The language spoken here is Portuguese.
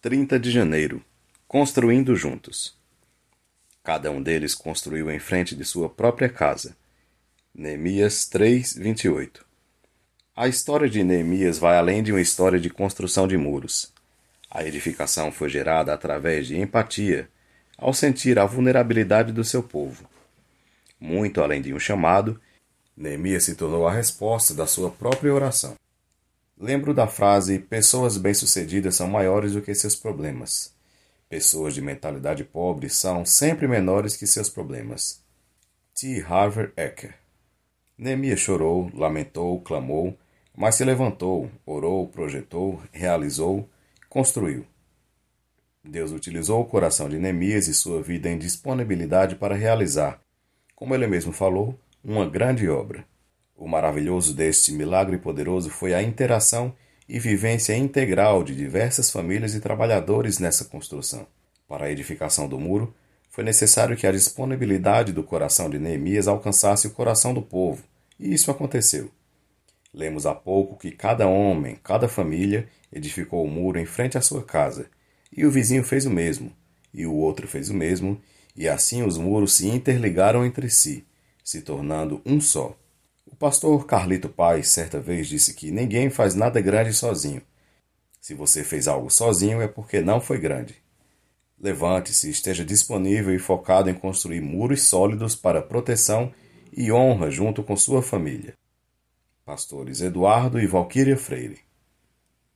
30 de janeiro. Construindo juntos. Cada um deles construiu em frente de sua própria casa. Neemias 3:28. A história de Neemias vai além de uma história de construção de muros. A edificação foi gerada através de empatia, ao sentir a vulnerabilidade do seu povo. Muito além de um chamado, Neemias se tornou a resposta da sua própria oração. Lembro da frase: pessoas bem-sucedidas são maiores do que seus problemas. Pessoas de mentalidade pobre são sempre menores que seus problemas. T. Harv Eker. Neemias chorou, lamentou, clamou, mas se levantou, orou, projetou, realizou, construiu. Deus utilizou o coração de Neemias e sua vida em disponibilidade para realizar, como ele mesmo falou, uma grande obra. O maravilhoso deste milagre poderoso foi a interação e vivência integral de diversas famílias e trabalhadores nessa construção. Para a edificação do muro, foi necessário que a disponibilidade do coração de Neemias alcançasse o coração do povo, e isso aconteceu. Lemos há pouco que cada homem, cada família, edificou o muro em frente à sua casa, e o vizinho fez o mesmo, e o outro fez o mesmo, e assim os muros se interligaram entre si, se tornando um só. O pastor Carlito Paz certa vez disse que ninguém faz nada grande sozinho. Se você fez algo sozinho é porque não foi grande. Levante-se, esteja disponível e focado em construir muros sólidos para proteção e honra junto com sua família. Pastores Eduardo e Valquíria Freire.